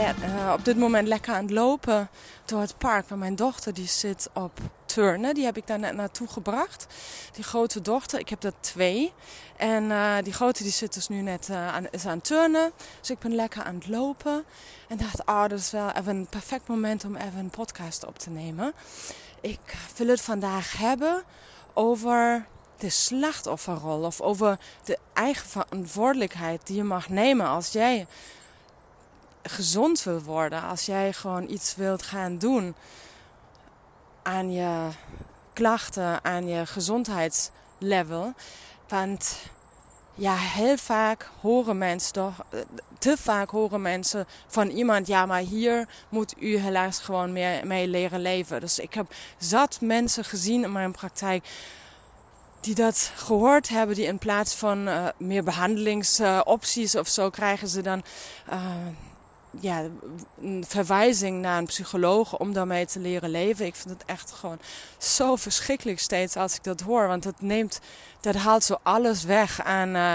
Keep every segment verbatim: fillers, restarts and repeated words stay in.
ja, uh, op dit moment lekker aan het lopen door het park. Maar mijn dochter die zit op turnen. Die heb ik daar net naartoe gebracht. Die grote dochter, ik heb er twee. En uh, die grote die zit dus nu net uh, aan, is aan turnen. Dus ik ben lekker aan het lopen. En dacht, oh, dat is wel even een perfect moment om even een podcast op te nemen. Ik wil het vandaag hebben over de slachtofferrol. Of over de eigen verantwoordelijkheid die je mag nemen als jij gezond wil worden. Als jij gewoon iets wilt gaan doen aan je klachten, aan je gezondheidslevel. Want ja, heel vaak horen mensen toch, te vaak horen mensen van iemand, ja, maar hier moet u helaas gewoon meer mee leren leven. Dus ik heb zat mensen gezien in mijn praktijk die dat gehoord hebben, die in plaats van uh, meer behandelingsopties uh, of zo krijgen ze dan uh, ja, een verwijzing naar een psycholoog om daarmee te leren leven. Ik vind het echt gewoon zo verschrikkelijk steeds als ik dat hoor. Want dat neemt, dat haalt zo alles weg aan uh,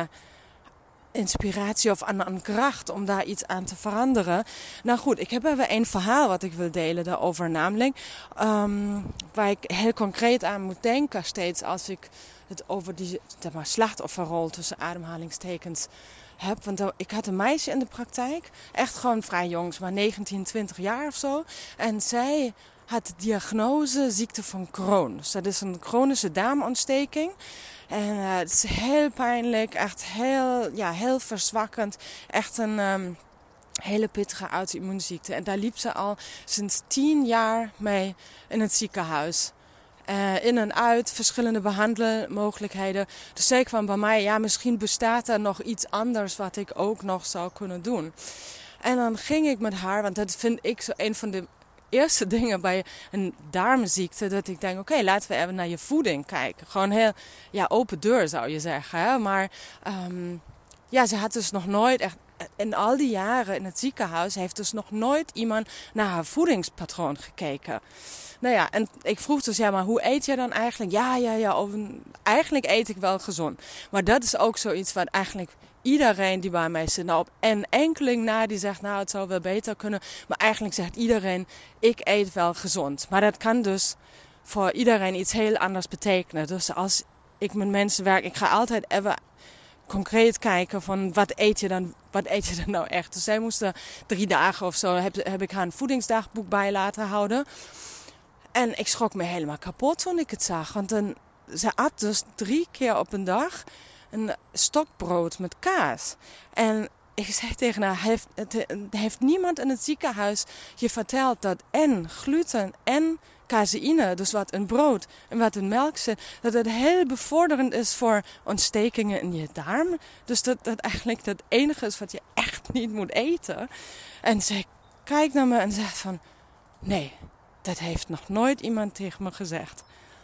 inspiratie of aan, aan kracht om daar iets aan te veranderen. Nou goed, ik heb even een verhaal wat ik wil delen daarover. Namelijk, um, waar ik heel concreet aan moet denken steeds als ik het over die zeg maar, slachtofferrol tussen ademhalingstekens heb. Want ik had een meisje in de praktijk, echt gewoon vrij jong, maar negentien, twintig jaar of zo. En zij had de diagnose ziekte van Crohn. Dus dat is een chronische darmontsteking. En uh, het is heel pijnlijk, echt heel, ja, heel verzwakkend. Echt een um, hele pittige auto-immuunziekte. En daar liep ze al sinds tien jaar mee in het ziekenhuis. Uh, in en uit, verschillende behandelmogelijkheden. Dus zij kwam bij mij, ja, misschien bestaat er nog iets anders wat ik ook nog zou kunnen doen. En dan ging ik met haar, want dat vind ik zo een van de eerste dingen bij een darmziekte, dat ik denk, oké, okay, laten we even naar je voeding kijken. Gewoon heel, ja, open deur zou je zeggen. Hè? Maar um, ja, ze had dus nog nooit echt, in al die jaren in het ziekenhuis, heeft dus nog nooit iemand naar haar voedingspatroon gekeken. Nou ja, en ik vroeg dus, ja, maar hoe eet je dan eigenlijk? Ja, ja, ja, over, eigenlijk eet ik wel gezond. Maar dat is ook zoiets wat eigenlijk iedereen die bij mij zit, nou op een enkeling na die zegt, nou het zou wel beter kunnen. Maar eigenlijk zegt iedereen, ik eet wel gezond. Maar dat kan dus voor iedereen iets heel anders betekenen. Dus als ik met mensen werk, ik ga altijd even concreet kijken van wat eet je dan, wat eet je dan nou echt. Dus zij moesten drie dagen of zo, heb, heb ik haar een voedingsdagboek bij laten houden. En ik schrok me helemaal kapot toen ik het zag. Want dan, ze at dus drie keer op een dag een stokbrood met kaas. En ik zei tegen haar, heeft, het, heeft niemand in het ziekenhuis je verteld dat en gluten en caseïne, dus wat in brood en wat in melk zit, dat het heel bevorderend is voor ontstekingen in je darm. Dus dat dat eigenlijk het enige is wat je echt niet moet eten. En zij kijkt naar me en zegt van, nee, dat heeft nog nooit iemand tegen me gezegd.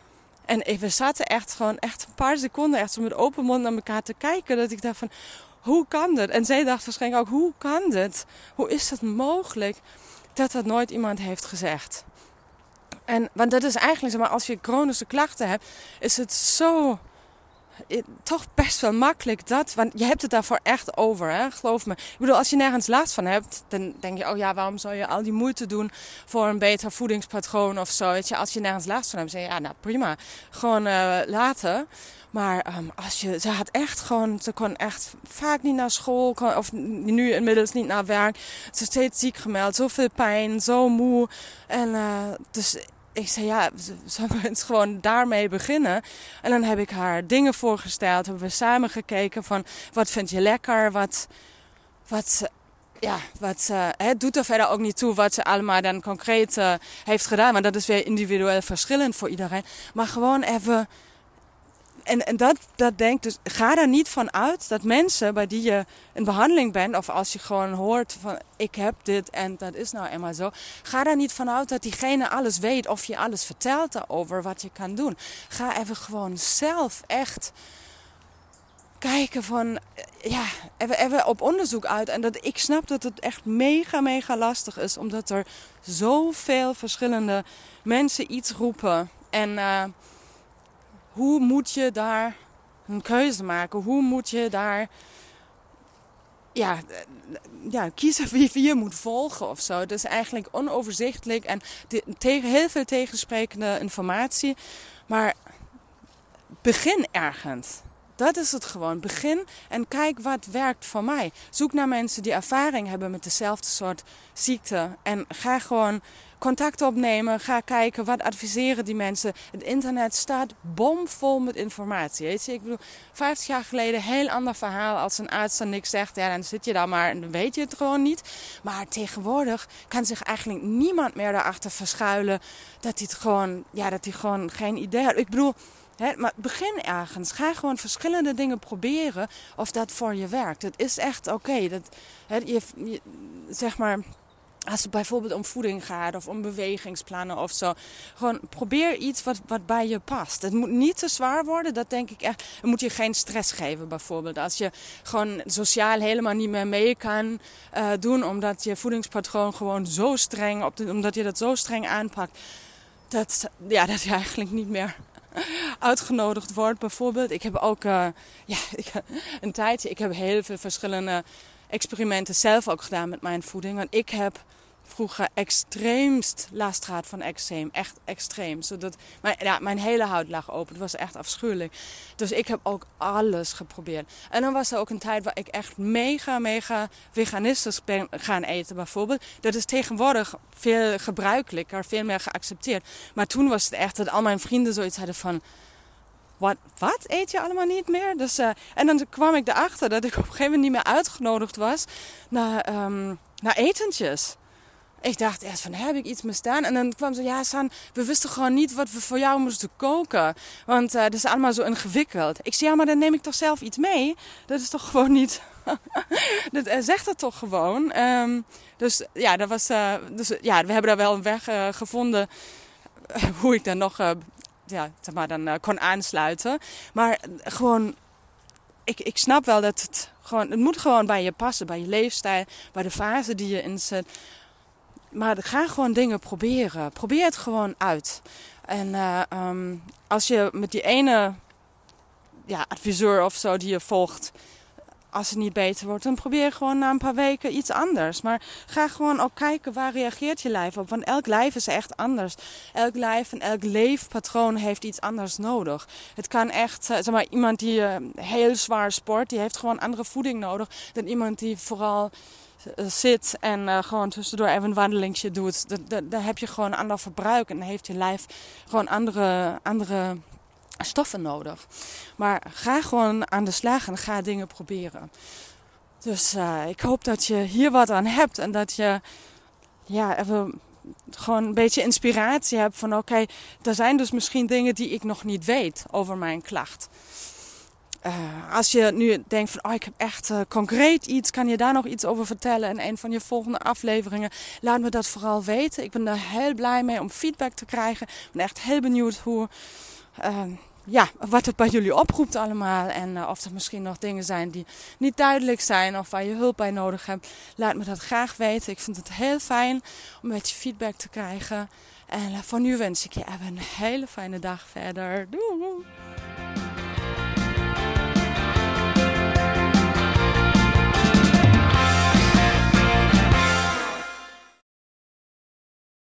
En we zaten echt gewoon echt een paar seconden echt zo met open mond naar elkaar te kijken. Dat ik dacht van, hoe kan dit? En zij dacht waarschijnlijk ook, hoe kan dit? Hoe is het mogelijk dat dat nooit iemand heeft gezegd? En, want dat is eigenlijk, zeg maar, als je chronische klachten hebt, is het zo, toch best wel makkelijk dat, want je hebt het daarvoor echt over, hè? Geloof me. Ik bedoel, als je nergens last van hebt, dan denk je, oh ja, waarom zou je al die moeite doen voor een beter voedingspatroon of zo, weet je? Als je nergens last van hebt, zeg je, ja, nou prima, gewoon uh, laten. Maar um, als je, ze had echt gewoon, ze kon echt vaak niet naar school, kon, of nu inmiddels niet naar werk. Ze is steeds ziek gemeld, zoveel pijn, zo moe. En uh, dus ik zei, ja, zullen we eens gewoon daarmee beginnen? En dan heb ik haar dingen voorgesteld, hebben we samen gekeken van, wat vind je lekker, wat, wat, ja, wat, uh, het doet er verder ook niet toe wat ze allemaal dan concreet uh, heeft gedaan. Maar dat is weer individueel verschillend voor iedereen. Maar gewoon even, en, en dat, dat denkt dus, ga er niet van uit dat mensen bij die je in behandeling bent, of als je gewoon hoort van, ik heb dit en dat is nou eenmaal zo, ga er niet van uit dat diegene alles weet of je alles vertelt daarover wat je kan doen. Ga even gewoon zelf echt kijken van, ja, even, even op onderzoek uit. En dat ik snap dat het echt mega, mega lastig is, omdat er zoveel verschillende mensen iets roepen. En uh, hoe moet je daar een keuze maken? Hoe moet je daar ja, ja, kiezen wie wie je moet volgen of zo. Het is eigenlijk onoverzichtelijk en te, tegen, heel veel tegensprekende informatie. Maar begin ergens. Dat is het gewoon. Begin en kijk wat werkt voor mij. Zoek naar mensen die ervaring hebben met dezelfde soort ziekte. En ga gewoon contact opnemen. Ga kijken wat adviseren die mensen. Het internet staat bomvol met informatie. Weet je? Ik bedoel, vijftig jaar geleden heel ander verhaal. Als een arts dan niks zegt, ja, dan zit je daar maar en dan weet je het gewoon niet. Maar tegenwoordig kan zich eigenlijk niemand meer daarachter verschuilen dat hij het gewoon, ja, dat hij gewoon geen idee had. Ik bedoel, He, maar begin ergens. Ga gewoon verschillende dingen proberen of dat voor je werkt. Het is echt oké. Okay. Dat, je, je, zeg maar, als het bijvoorbeeld om voeding gaat of om bewegingsplannen of zo. Gewoon probeer iets wat, wat bij je past. Het moet niet te zwaar worden, dat denk ik echt. Het moet je geen stress geven bijvoorbeeld. Als je gewoon sociaal helemaal niet meer mee kan uh, doen, omdat je voedingspatroon gewoon zo streng, op de, omdat je dat zo streng aanpakt. Dat, ja, dat je eigenlijk niet meer uitgenodigd wordt bijvoorbeeld. Ik heb ook uh, ja, ik, een tijdje, ik heb heel veel verschillende experimenten zelf ook gedaan met mijn voeding. Want ik heb vroeger extreemst last gehad van eczeem. Echt extreem. Zodat mijn, ja, mijn hele huid lag open. Het was echt afschuwelijk. Dus ik heb ook alles geprobeerd. En dan was er ook een tijd waar ik echt mega, mega veganistisch ben gaan eten bijvoorbeeld. Dat is tegenwoordig veel gebruikelijker, veel meer geaccepteerd. Maar toen was het echt dat al mijn vrienden zoiets hadden van, Wat, wat eet je allemaal niet meer? Dus, uh, en dan kwam ik erachter dat ik op een gegeven moment niet meer uitgenodigd was naar, um, naar etentjes. Ik dacht eerst van, heb ik iets misdaan? En dan kwam ze, ja San, we wisten gewoon niet wat we voor jou moesten koken. Want uh, dat is allemaal zo ingewikkeld. Ik zei, ja, maar dan neem ik toch zelf iets mee? Dat is toch gewoon niet... dat uh, zegt het toch gewoon? Um, dus ja, dat was, uh, dus, ja, we hebben daar wel een weg uh, gevonden uh, hoe ik dan nog... Uh, ja, zeg maar, dan uh, kon aansluiten. Maar uh, gewoon, ik, ik snap wel dat het gewoon, het moet gewoon bij je passen, bij je leefstijl, bij de fase die je in zit. Maar ga gewoon dingen proberen. Probeer het gewoon uit. En uh, um, als je met die ene ja, adviseur of zo die je volgt, als het niet beter wordt, dan probeer gewoon na een paar weken iets anders. Maar ga gewoon ook kijken, waar reageert je lijf op? Want elk lijf is echt anders. Elk lijf en elk leefpatroon heeft iets anders nodig. Het kan echt, zeg maar, iemand die uh, heel zwaar sport, die heeft gewoon andere voeding nodig dan iemand die vooral uh, zit en uh, gewoon tussendoor even een wandelingje doet. Daar heb je gewoon een ander verbruik en dan heeft je lijf gewoon andere... andere stoffen nodig. Maar ga gewoon aan de slag en ga dingen proberen. Dus uh, ik hoop dat je hier wat aan hebt. En dat je ja, even gewoon een beetje inspiratie hebt van oké, okay, er zijn dus misschien dingen die ik nog niet weet over mijn klacht. Uh, als je nu denkt van, oh, ik heb echt uh, concreet iets, kan je daar nog iets over vertellen in een van je volgende afleveringen? Laat me dat vooral weten. Ik ben daar heel blij mee om feedback te krijgen. Ik ben echt heel benieuwd hoe... Uh, ja, wat het bij jullie oproept allemaal. En uh, of er misschien nog dingen zijn die niet duidelijk zijn. Of waar je hulp bij nodig hebt. Laat me dat graag weten. Ik vind het heel fijn om een beetje feedback te krijgen. En uh, voor nu wens ik je even een hele fijne dag verder. Doei!